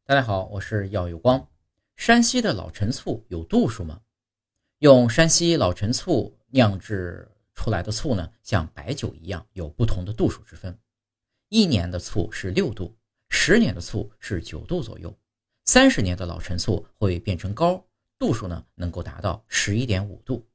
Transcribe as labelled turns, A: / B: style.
A: 大家好，我是耀有光。山西的老陈醋有度数吗？用山西老陈醋酿制出来的醋呢，像白酒一样有不同的度数之分。1年的醋是6度，10年的醋是9度左右，30年的老陈醋会变成膏，度数呢能够达到11.5度。